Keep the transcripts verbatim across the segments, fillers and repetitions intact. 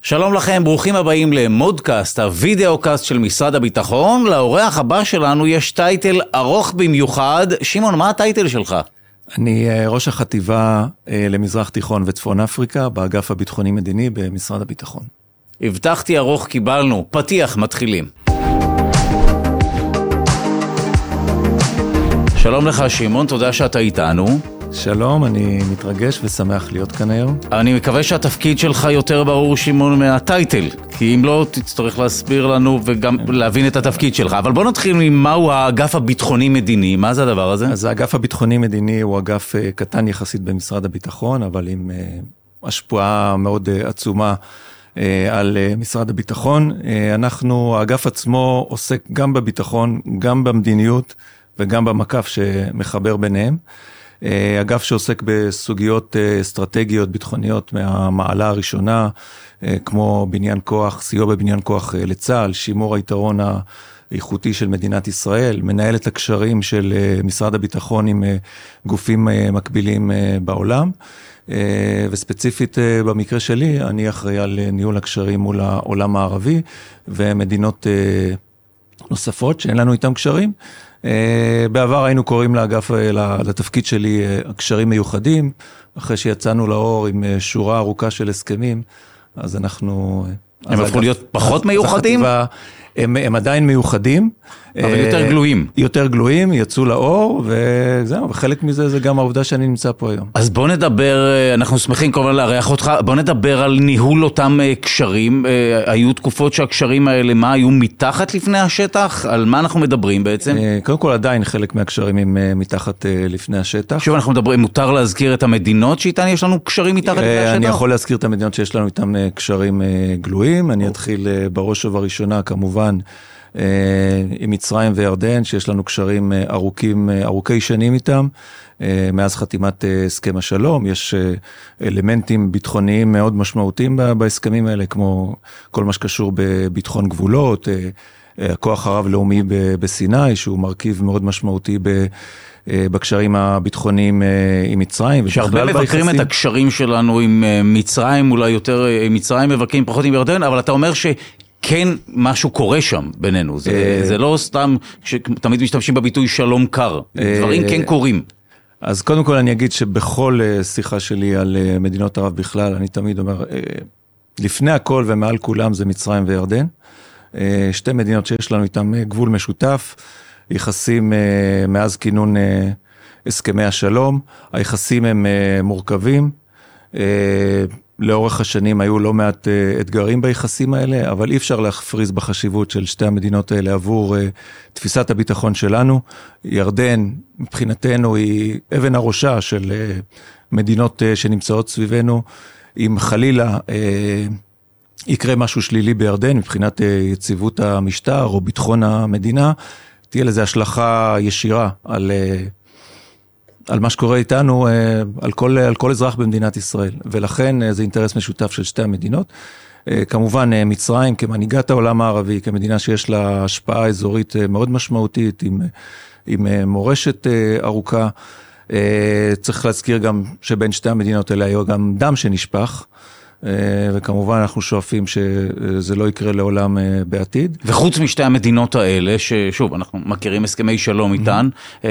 שלום לכם, ברוכים הבאים למודקאסט, הווידאו-קאסט של משרד הביטחון. לאורח הבא שלנו יש טייטל ארוך במיוחד. שמעון, מה הטייטל שלך? אני ראש החטיבה למזרח תיכון וצפון אפריקה, באגף הביטחוני-מדיני במשרד הביטחון. הבטחתי ארוך, קיבלנו. פתיח, מתחילים. שלום לך שמעון, תודה שאתה איתנו. שלום, אני מתרגש ושמח להיות כאן היום. אני מקווה שהתפקיד שלך יותר ברור, שמעון, מהטייטל, כי אם לא תצטרך להסביר לנו וגם להבין את התפקיד שלך. אבל בוא נתחיל ממהו האגף הביטחוני-מדיני, מה זה הדבר הזה? אז האגף הביטחוני-מדיני הוא אגף קטן יחסית במשרד הביטחון, אבל עם השפעה מאוד עצומה על משרד הביטחון. אנחנו, האגף עצמו עוסק גם בביטחון, גם במדיניות וגם במקף שמחבר ביניהם. אגף שעוסק בסוגיות אסטרטגיות ביטחוניות מהמעלה הראשונה, כמו בניין כוח, סיוע בבניין כוח לצה"ל, שימור היתרון האיכותי של מדינת ישראל, מנהל את הקשרים של משרד הביטחון עם גופים מקבילים בעולם, וספציפית במקרה שלי, אני אחראי על ניהול הקשרים מול העולם הערבי, ומדינות נוספות שאין לנו איתם קשרים. בעבר היינו קוראים לאגף, לתפקיד שלי, הקשרים מיוחדים, אחרי שיצאנו לאור עם שורה ארוכה של הסכמים, אז אנחנו... הם הפכו להיות פחות מיוחדים? הם, הם עדיין מיוחדים. אבל יותר גלויים. יותר גלויים, יצאו לאור, וזהו, וחלק מזה זה גם העובדה שאני נמצא פה היום. אז בוא נדבר, אנחנו שמחים כמובן לארח אותך, בוא נדבר על ניהול אותם קשרים. היו תקופות שהקשרים האלה, מה היו מתחת לפני השטח? על מה אנחנו מדברים בעצם? קודם כל עדיין חלק מהקשרים הם מתחת לפני השטח. שוב אנחנו מדברים, מותר להזכיר את המדינות שאיתן יש לנו קשרים מתחת לפני השטח? אני יכול להזכיר את המדינות שיש לנו איתן קשרים גלויים. אני אתחיל בראש ובראשונה כמובן עם מצרים וירדן, שיש לנו קשרים ארוכים, ארוכי שנים איתם, מאז חתימת הסכם השלום. יש אלמנטים ביטחוניים מאוד משמעותיים בהסכמים האלה, כמו כל מה שקשור בביטחון גבולות, הכוח הרב-לאומי בסיני, שהוא מרכיב מאוד משמעותי בקשרים הביטחוניים עם מצרים. שהרבה מבקרים את הקשרים שלנו עם מצרים, אולי יותר עם מצרים מבקרים פחות עם ירדן, אבל אתה אומר ש... כן, משהו קורה שם בינינו, זה, זה לא סתם שתמיד משתמשים בביטוי שלום קר, דברים כן קורים. אז קודם כל אני אגיד שבכל שיחה שלי על מדינות ערב בכלל, אני תמיד אומר, לפני הכל ומעל כולם זה מצרים וירדן, שתי מדינות שיש לנו איתן גבול משותף, יחסים מאז כינון הסכמי השלום, היחסים הם מורכבים, לאורך השנים היו לא מעט אתגרים ביחסים האלה, אבל אי אפשר להפריז בחשיבות של שתי המדינות האלה עבור תפיסת הביטחון שלנו. ירדן, מבחינתנו, היא אבן הראשה של מדינות שנמצאות סביבנו. אם חלילה יקרה משהו שלילי בירדן, מבחינת יציבות המשטר או ביטחון המדינה, תהיה לזה השלכה ישירה על... על מה שקורה איתנו, על כל, על כל אזרח במדינת ישראל. ולכן זה אינטרס משותף של שתי המדינות. כמובן, מצרים כמנהיגת העולם הערבי, כמדינה שיש לה השפעה אזורית מאוד משמעותית, עם, עם מורשת ארוכה. צריך להזכיר גם שבין שתי המדינות האלה היו גם דם שנשפך, וכמובן אנחנו שואפים שזה לא יקרה לעולם בעתיד. וחוץ משתי המדינות האלה, ששוב, אנחנו מכירים הסכמי שלום איתן,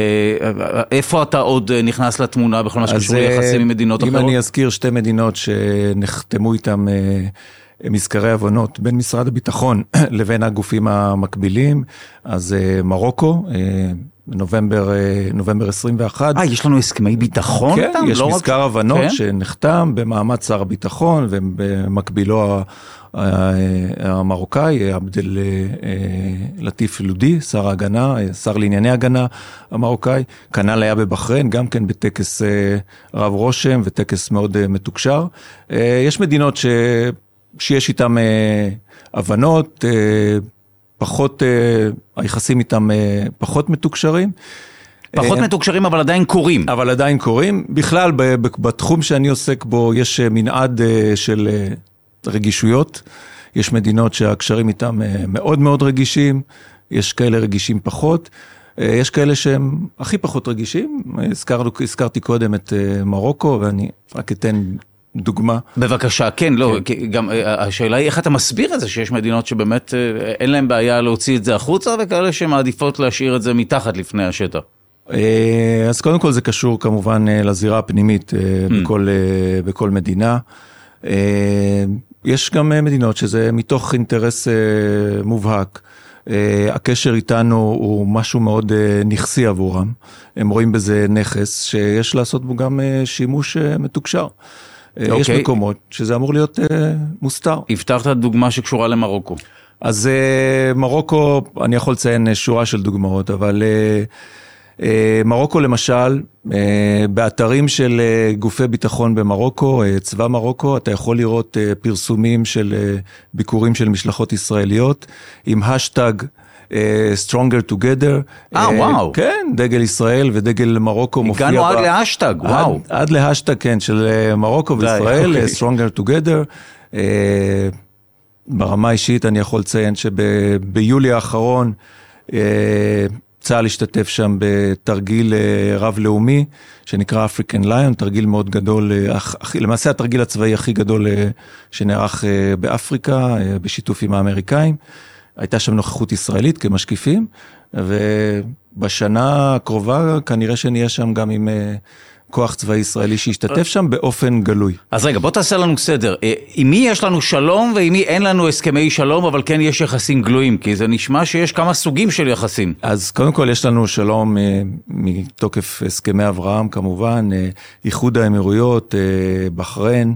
איפה אתה עוד נכנס לתמונה בכל מה שקשור ליחסים עם מדינות אחרות? אם אני אזכיר שתי מדינות שנחתמו איתם מזכרי הבנות בין משרד הביטחון לבין הגופים המקבילים, אז מרוקו, נובמבר, נובמבר עשרים ואחת. אה, יש לנו הסכמי ביטחון? כן, יש לא מזכר רק... הבנות כן? שנחתם במעמד שר הביטחון, ובמקבילו המרוקאי, עבדל לטיף לודי, שר ההגנה, שר לענייני הגנה המרוקאי. כנ"ל היה בבחריין, גם כן בטקס רב רושם וטקס מאוד מתוקשר. יש מדינות ש... שיש איתם הבנות, פחות, היחסים איתם פחות מתוקשרים. פחות מתוקשרים, אבל עדיין קורים. אבל עדיין קורים. בכלל, בתחום שאני עוסק בו, יש מנעד של רגישויות. יש מדינות שהקשרים איתם מאוד מאוד רגישים, יש כאלה רגישים פחות, יש כאלה שהם הכי פחות רגישים. הזכרנו, הזכרתי קודם את מרוקו, ואני רק אתן דוגמה. בבקשה, כן, לא, כן. גם השאלה היא איך אתה מסביר את זה, שיש מדינות שבאמת אין להם בעיה להוציא את זה החוצה, וכאלה שמעדיפות להשאיר את זה מתחת לפני השטח. אז קודם כל זה קשור כמובן לזירה הפנימית בכל, בכל מדינה. יש גם מדינות שזה מתוך אינטרס מובהק. הקשר איתנו הוא משהו מאוד נכסי עבורם. הם רואים בזה נכס שיש לעשות בו גם שימוש מתוקשר. Okay. יש מקומות שזה אמור להיות מוסתר. הבטחת דוגמה שקשורה למרוקו. אז מרוקו, אני יכול לציין שורה של דוגמאות, אבל מרוקו למשל, באתרים של גופי ביטחון במרוקו, צבא מרוקו, אתה יכול לראות פרסומים של ביקורים של משלחות ישראליות, עם השטג stronger together. אה, וואו. כן, דגל ישראל ודגל מרוקו מופיע. הגענו עד להשטג, וואו. עד להשטג, כן, של מרוקו וישראל, stronger together. ברמה אישית אני יכול לציין שביולי האחרון, צה"ל השתתף שם בתרגיל רב-לאומי, שנקרא African Lion, תרגיל מאוד גדול, למעשה התרגיל הצבאי הכי גדול שנערך באפריקה, בשיתוף עם האמריקאים. הייתה שם נוכחות ישראלית כמשקיפים, ובשנה הקרובה כנראה שנהיה שם גם עם כוח צבאי ישראלי שישתתף שם באופן גלוי. אז רגע, בוא תעשה לנו סדר. עם מי יש לנו שלום ועם מי אין לנו הסכמי שלום, אבל כן יש יחסים גלויים, כי זה נשמע שיש כמה סוגים של יחסים. אז קודם כל יש לנו שלום מתוקף הסכמי אברהם, כמובן, איחוד האמירויות, בחריין,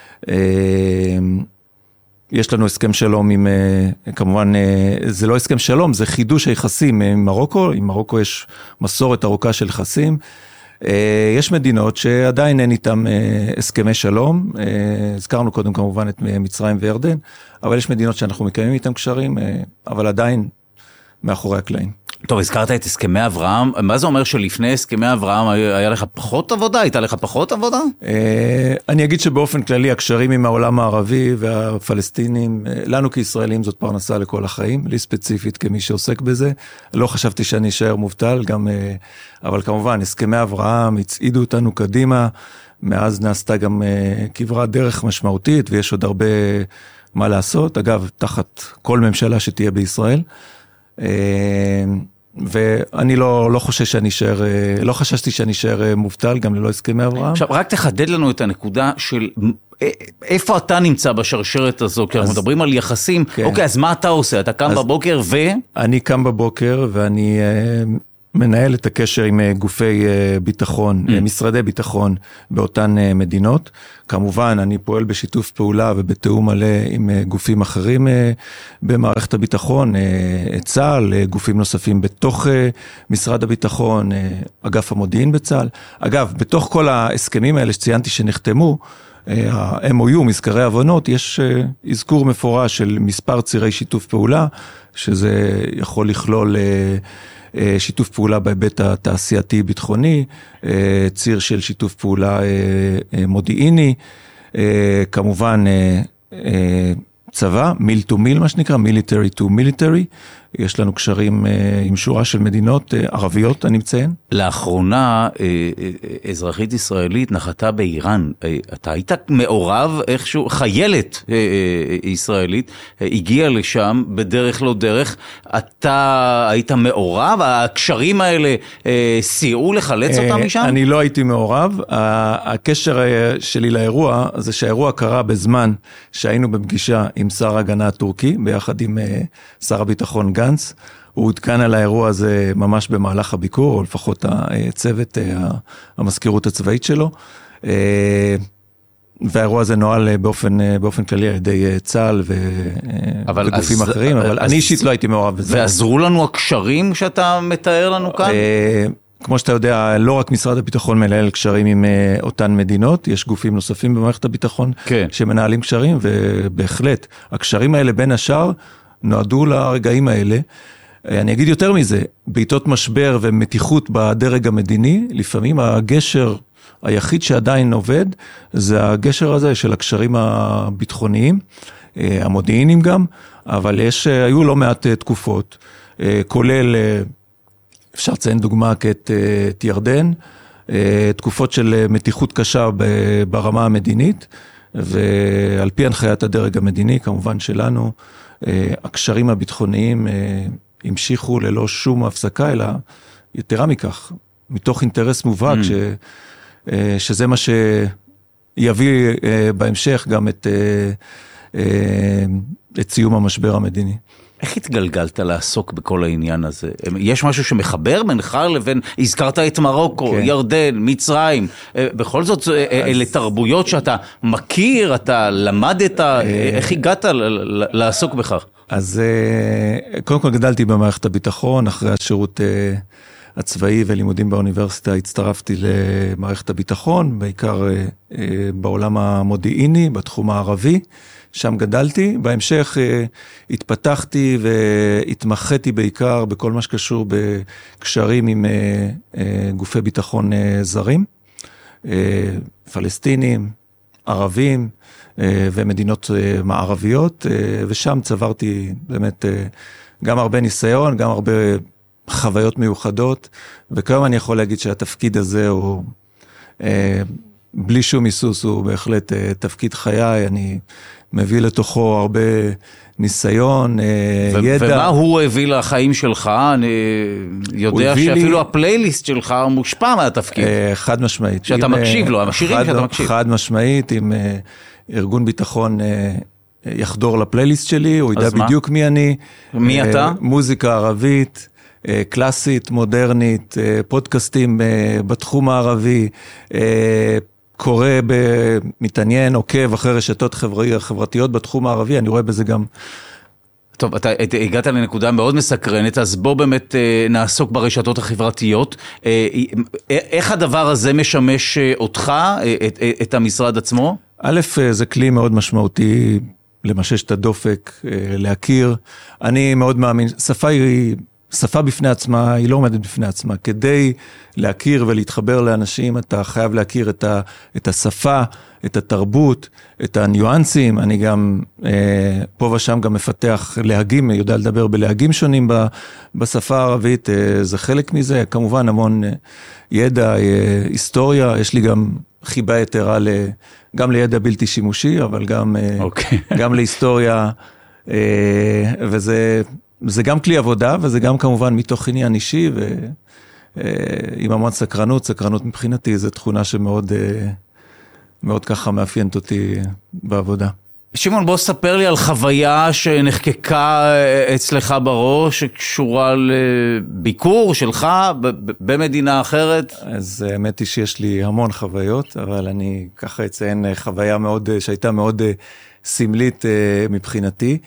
יש לנו הסכם שלום עם, כמובן, זה לא הסכם שלום, זה חידוש היחסים עם מרוקו, עם מרוקו יש מסורת ארוכה של יחסים, יש מדינות שעדיין אין איתם הסכמי שלום, הזכרנו קודם כמובן את מצרים וירדן, אבל יש מדינות שאנחנו מקיימים איתם קשרים, אבל עדיין מאחורי הקלעים. טוב, הזכרת את הסכמי אברהם, מה זה אומר שלפני הסכמי אברהם היה לך פחות עבודה? הייתה לך פחות עבודה? אני אגיד שבאופן כללי הקשרים עם העולם הערבי והפלסטינים, לנו כישראלים זאת פרנסה לכל החיים, לי ספציפית כמי שעוסק בזה, לא חשבתי שאני אשאר מובטל, גם, אבל כמובן הסכמי אברהם הצעידו אותנו קדימה, מאז נעשתה גם כברת דרך משמעותית ויש עוד הרבה מה לעשות, אגב תחת כל ממשלה שתהיה בישראל, ואני לא, לא חושש שאני אשאר, לא חששתי שאני אשאר מובטל גם ללא הסכמי אברהם. עכשיו, רק תחדד לנו את הנקודה של איפה אתה נמצא בשרשרת הזו, כי אנחנו מדברים על יחסים, כן. אוקיי, אז מה אתה עושה? אתה קם בבוקר ו... אני קם בבוקר ואני מנהל את הקשר עם גופי ביטחון, mm. משרדי ביטחון באותן מדינות. כמובן, אני פועל בשיתוף פעולה ובתיאום מלא עם גופים אחרים במערכת הביטחון, צה"ל, גופים נוספים בתוך משרד הביטחון, אגף המודיעין בצה"ל. אגב, בתוך כל ההסכמים האלה שציינתי שנחתמו, ה-אם או יו, מזכרי הבנות, יש אזכור מפורש של מספר צירי שיתוף פעולה, שזה יכול לכלול שיתוף פעולה בהיבט התעשייתי ביטחוני, ציר של שיתוף פעולה מודיעיני, כמובן צבא, מיל טו מיל מה שנקרא, מיליטרי טו מיליטרי, יש לנו קשרים עם שורה של מדינות ערביות, אני מציין. לאחרונה, אזרחית ישראלית נחתה באיראן, אתה היית מעורב איכשהו, חיילת ישראלית, הגיעה לשם בדרך לא דרך, אתה היית מעורב, הקשרים האלה סייעו לחלץ אותם משם? אני לא הייתי מעורב, הקשר שלי לאירוע, זה שהאירוע קרה בזמן שהיינו בפגישה עם שר ההגנה הטורקי, ביחד עם שר הביטחון גנץ, הוא עודכן על האירוע הזה ממש במהלך הביקור, או לפחות הצוות, המזכירות הצבאית שלו, והאירוע הזה נועל באופן, באופן כללי על ידי צה"ל וגופים אחרים, אבל אני אישית לא הייתי מעורב בזה. ועזרו לנו הקשרים שאתה מתאר לנו כאן? כמו שאתה יודע, לא רק משרד הביטחון מנהל קשרים עם אותן מדינות, יש גופים נוספים במערכת הביטחון שמנהלים קשרים, ובהחלט, הקשרים האלה בין השאר, נועדו לרגעים האלה. אני אגיד יותר מזה, בעיתות משבר ומתיחות בדרג המדיני, לפעמים הגשר היחיד שעדיין עובד, זה הגשר הזה של הקשרים הביטחוניים, המודיעיניים גם, אבל יש, היו לא מעט תקופות, כולל, אפשר לציין דוגמה את ירדן, תקופות של מתיחות קשה ברמה המדינית, ועל פי הנחיית הדרג המדיני, כמובן שלנו, הקשרים הביטחוניים המשיכו ללא שום הפסקה, אלא יתרה מכך, מתוך אינטרס מובהק, ש, שזה מה שיביא בהמשך גם את, את סיום המשבר המדיני. איך התגלגלת לעסוק בכל העניין הזה? יש משהו שמחבר בינך לבין, הזכרת את מרוקו, כן. ירדן, מצרים, בכל זאת אז... אלה תרבויות שאתה מכיר, אתה למדת, איך הגעת לעסוק בכך? אז קודם כל גדלתי במערכת הביטחון, אחרי השירות הצבאי ולימודים באוניברסיטה הצטרפתי למערכת הביטחון, בעיקר בעולם המודיעיני, בתחום הערבי, שם גדלתי. בהמשך התפתחתי והתמחיתי בעיקר בכל מה שקשור בקשרים עם גופי ביטחון זרים, פלסטינים, ערבים ומדינות מערביות, ושם צברתי באמת גם הרבה ניסיון, גם הרבה חוויות מיוחדות, וכיום אני יכול להגיד שהתפקיד הזה הוא, בלי שום היסוס, הוא בהחלט תפקיד חיי, אני מביא לתוכו הרבה ניסיון, ו- ידע. ומה הוא הביא לחיים שלך? אני יודע שאפילו לי... הפלייליסט שלך מושפע מהתפקיד. חד משמעית. שאתה מקשיב לו, השירים חד, שאתה מקשיב. חד משמעית, עם ארגון ביטחון יחדור לפלייליסט שלי, הוא ידע מה? בדיוק מי אני. מי אתה? מוזיקה ערבית, קלאסית, מודרנית, פודקאסטים בתחום הערבי, קורא, מתעניין, עוקב אחרי רשתות חברתיות בתחום הערבי, אני רואה בזה גם... טוב, אתה הגעת לנקודה מאוד מסקרנת, אז בוא באמת נעסוק ברשתות החברתיות. איך הדבר הזה משמש אותך, את, את המשרד עצמו? א', זה כלי מאוד משמעותי, למשש את הדופק, להכיר. אני מאוד מאמין, שפה היא... שפה בפני עצמה, היא לא עומדת בפני עצמה. כדי להכיר ולהתחבר לאנשים, אתה חייב להכיר את, ה, את השפה, את התרבות, את הניואנסים. אני גם אה, פה ושם גם מפתח להגים, יודע לדבר בלהגים שונים ב, בשפה הערבית, אה, זה חלק מזה. כמובן המון אה, ידע, אה, היסטוריה, יש לי גם חיבה יתרה ל, גם לידע בלתי שימושי, אבל גם, אה, okay. גם להיסטוריה, אה, וזה... זה גם כלי עבודה, וזה גם כמובן מתוך עניין אישי, ועם המון סקרנות, סקרנות מבחינתי, זו תכונה שמאוד מאוד ככה מאפיינת אותי בעבודה. שמעון, בוא ספר לי על חוויה שנחקקה אצלך בראש, שקשורה לביקור שלך במדינה אחרת. אז האמת היא שיש לי המון חוויות, אבל אני ככה אציין חוויה מאוד, שהייתה מאוד סמלית מבחינתי.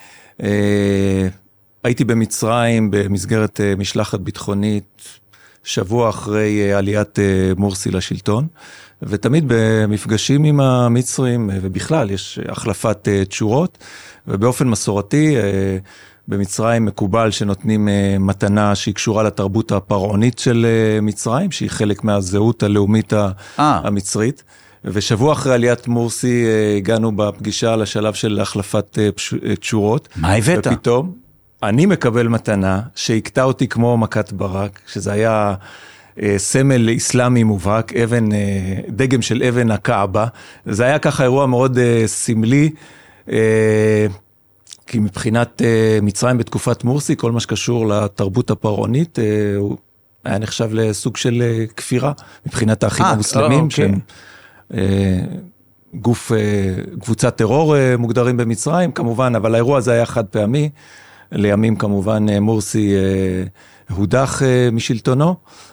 הייתי במצרים במסגרת משלחת ביטחונית שבוע אחרי עליית מורסי לשלטון, ותמיד במפגשים עם המצרים, ובכלל יש החלפת תשורות, ובאופן מסורתי במצרים מקובל שנותנים מתנה שהיא קשורה לתרבות הפרעונית של מצרים, שהיא חלק מהזהות הלאומית המצרית. ושבוע אחרי עליית מורסי הגענו בפגישה לשלב של החלפת תשורות. מה הבאת? ופתאום אני מקבל מתנה שהקטע אותי כמו מכת ברק, שזה היה סמל איסלאמי מובהק, אבן, דגם של אבן הקעבה. זה היה ככה אירוע מאוד סמלי, כי מבחינת מצרים בתקופת מורסי, כל מה שקשור לתרבות הפרעונית, הוא היה נחשב לסוג של כפירה, מבחינת האחים המוסלמים, שהם גוף, קבוצת טרור מוגדרים במצרים, כמובן, אבל האירוע הזה היה חד פעמי, לימים כמובן מורסי הודח משלטונו,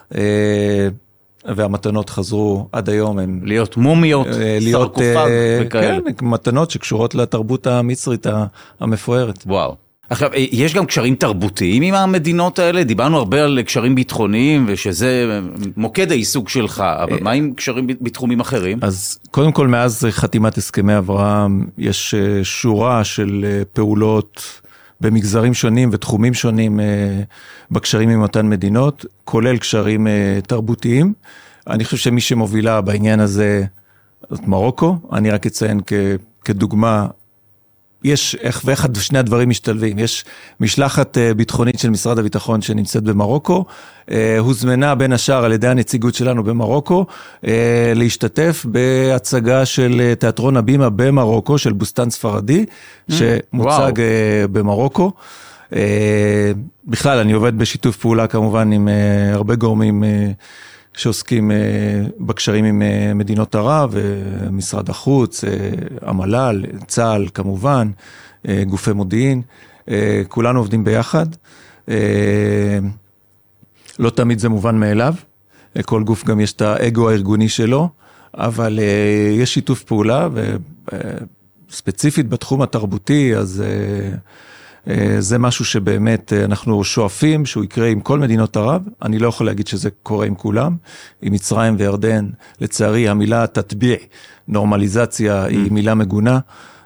והמתנות חזרו עד היום. הם להיות מומיות, להיות, סרקופג וכאלה. כן, מתנות שקשורות לתרבות המצרית המפוארת. וואו. עכשיו, יש גם קשרים תרבותיים עם המדינות האלה? דיברנו הרבה על קשרים ביטחוניים, ושזה מוקד העיסוק שלך, אבל מה עם קשרים בתחומים אחרים? אז קודם כל, מאז חתימת הסכמי אברהם, יש שורה של פעולות במגזרים שונים ותחומים שונים בקשרים עם אותן מדינות, כולל קשרים תרבותיים. אני חושב שמי שמובילה בעניין הזה זאת מרוקו. אני רק אציין כ, כדוגמה, יש איך ואיך שני הדברים משתלבים. יש משלחת ביטחונית של משרד הביטחון שנמצאת במרוקו, הוזמנה בין השאר על ידי הנציגות שלנו במרוקו, להשתתף בהצגה של תיאטרון הבימה במרוקו, של בוסטן ספרדי, שמוצג במרוקו. בכלל, אני עובד בשיתוף פעולה כמובן עם הרבה גורמים שעוסקים בקשרים עם מדינות ערב, משרד החוץ, המל"ל, צה"ל כמובן, גופי מודיעין, כולנו עובדים ביחד. לא תמיד זה מובן מאליו, כל גוף גם יש את האגו הארגוני שלו, אבל יש שיתוף פעולה, וספציפית בתחום התרבותי, אז זה משהו שבאמת אנחנו שואפים שהוא יקרה עם כל מדינות ערב. אני לא יכול להגיד שזה קורה עם כולם, עם מצרים וירדן. לצערי המילה תטביע, נורמליזציה, היא מילה מגונה,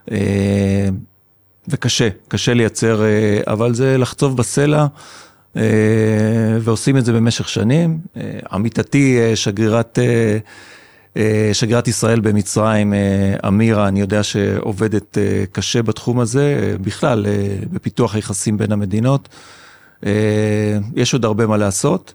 וקשה, קשה לייצר, אבל זה לחצוב בסלע, ועושים את זה במשך שנים. עמיתתי שגרירת שגרירת ישראל במצרים, אמירה, אני יודע שעובדת קשה בתחום הזה, בכלל בפיתוח היחסים בין המדינות. יש עוד הרבה מה לעשות,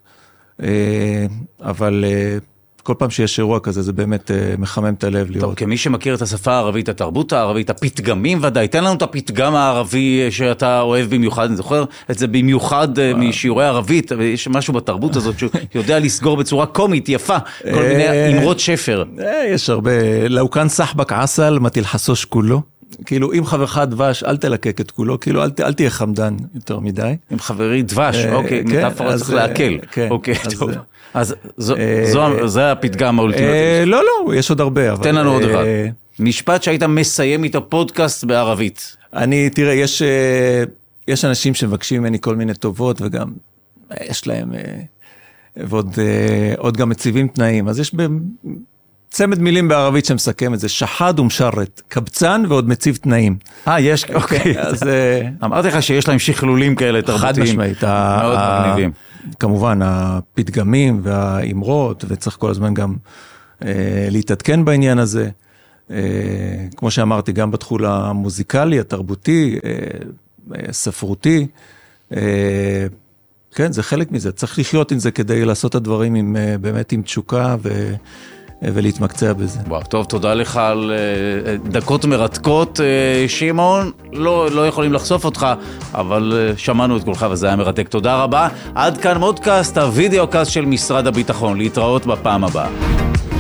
אבל כל פעם שיש אירוע כזה, זה באמת מחמם את הלב לראות. טוב, כמי שמכיר את השפה הערבית, התרבות הערבית, הפתגמים ודאי, תן לנו את הפתגם הערבי שאתה אוהב במיוחד, אני זוכר את זה במיוחד משיעורי ערבית, יש משהו בתרבות הזאת שיודע לסגור בצורה קומית, יפה, כל מיני אמרות שפר. יש הרבה, לאו כאן סחבק עסל, מה תלחסוש כולו. כאילו, אם חברך דבש, אל תלקק את כולו, כאילו, אל, אל תהיה חמדן יותר מדי. אם חברי דבש, אוקיי, מטאפורה צריך להקל. אוקיי, טוב. אז זה הפתגם האולטימטיבי. לא, לא, יש עוד הרבה. תן לנו עוד אחד. משפט שהיית מסיים איתו פודקאסט בערבית. אני, תראה, יש, יש אנשים שמבקשים ממני כל מיני טובות, וגם יש להם, ועוד עוד גם מציבים תנאים. אז יש צמד מילים בערבית שמסכם את זה, שחד ומשרת, קבצן ועוד מציב תנאים. אה, יש, אוקיי. אז אמרתי לך שיש להם שכלולים כאלה תרבותיים. חד משמעית. מאוד מגניבים. כמובן, הפתגמים והאמרות, וצריך כל הזמן גם להתעדכן בעניין הזה. כמו שאמרתי, גם בתחול המוזיקלי, התרבותי, ספרותי. כן, זה חלק מזה. צריך לחיות עם זה כדי לעשות את הדברים עם, באמת עם תשוקה ו... ולהתמקצע בזה. וואו, טוב, תודה לך על דקות מרתקות, שמעון. לא, לא יכולים לחשוף אותך, אבל שמענו את כולך וזה היה מרתק. תודה רבה. עד כאן מודקאסט, הווידאו קאסט של משרד הביטחון. להתראות בפעם הבאה.